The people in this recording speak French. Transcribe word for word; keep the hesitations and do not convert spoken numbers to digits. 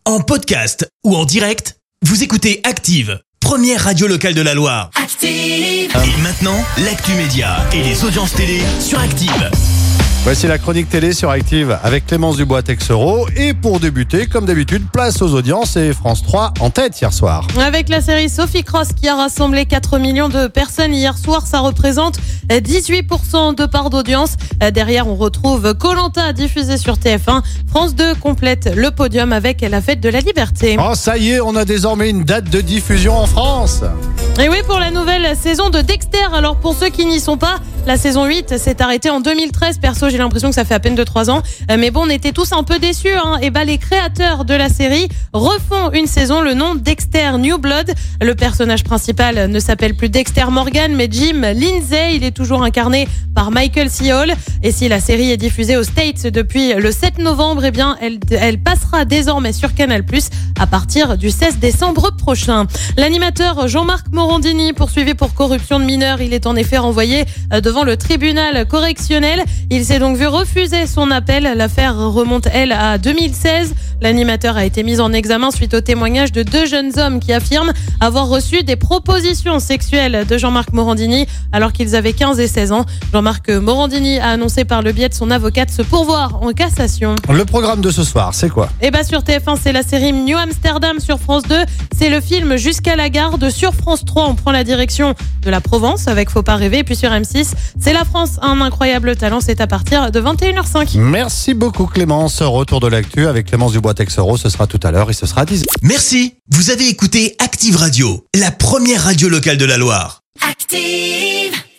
En podcast ou en direct, vous écoutez Active, première radio locale de la Loire. Active! Et maintenant, l'actu média et les audiences télé sur Active. Voici la chronique télé sur Active avec Clémence Dubois-Texero. Et pour débuter, comme d'habitude, place aux audiences et France trois en tête hier soir. Avec la série Sophie Cross qui a rassemblé quatre millions de personnes hier soir, ça représente dix-huit pour cent de part d'audience. Derrière, on retrouve Koh-Lanta diffusé sur T F un. France deux complète le podium avec la fête de la liberté. Oh, ça y est, on a désormais une date de diffusion en France. Et oui, pour la nouvelle saison de Dexter. Alors pour ceux qui n'y sont pas, la saison huit s'est arrêtée en deux mille treize. Perso, j'ai l'impression que ça fait à peine deux trois ans. Mais bon, on était tous un peu déçus. Hein. Et bah, les créateurs de la série refont une saison, le nom Dexter New Blood. Le personnage principal ne s'appelle plus Dexter Morgan, mais Jim Lindsay. Il est toujours incarné par Michael C. Hall. Et si la série est diffusée aux States depuis le sept novembre, eh bien, elle, elle passera désormais sur Canal plus, à partir du seize décembre prochain. L'animateur Jean-Marc Morandini, poursuivi pour corruption de mineurs, il est en effet renvoyé devant le tribunal correctionnel. Il s'est donc vu refuser son appel. L'affaire remonte, elle, à deux mille seize. L'animateur a été mis en examen suite au témoignage de deux jeunes hommes qui affirment avoir reçu des propositions sexuelles de Jean-Marc Morandini alors qu'ils avaient quinze et seize ans. Jean-Marc Morandini a annoncé par le biais de son avocate se pourvoir en cassation. Le programme de ce soir, c'est quoi ? Eh bah sur T F un, c'est la série New Amsterdam. Sur France deux, c'est le film Jusqu'à la garde. Sur France trois, on prend la direction de la Provence avec Faut pas rêver. Et puis sur M six, c'est La France, un incroyable talent. C'est à partir de vingt et une heures cinq. Merci beaucoup Clémence. Retour de l'actu avec Clémence Dubois-Texero. Ce sera tout à l'heure et ce sera à dix heures. Merci. Vous avez écouté Active Radio, la première radio locale de la Loire. Active!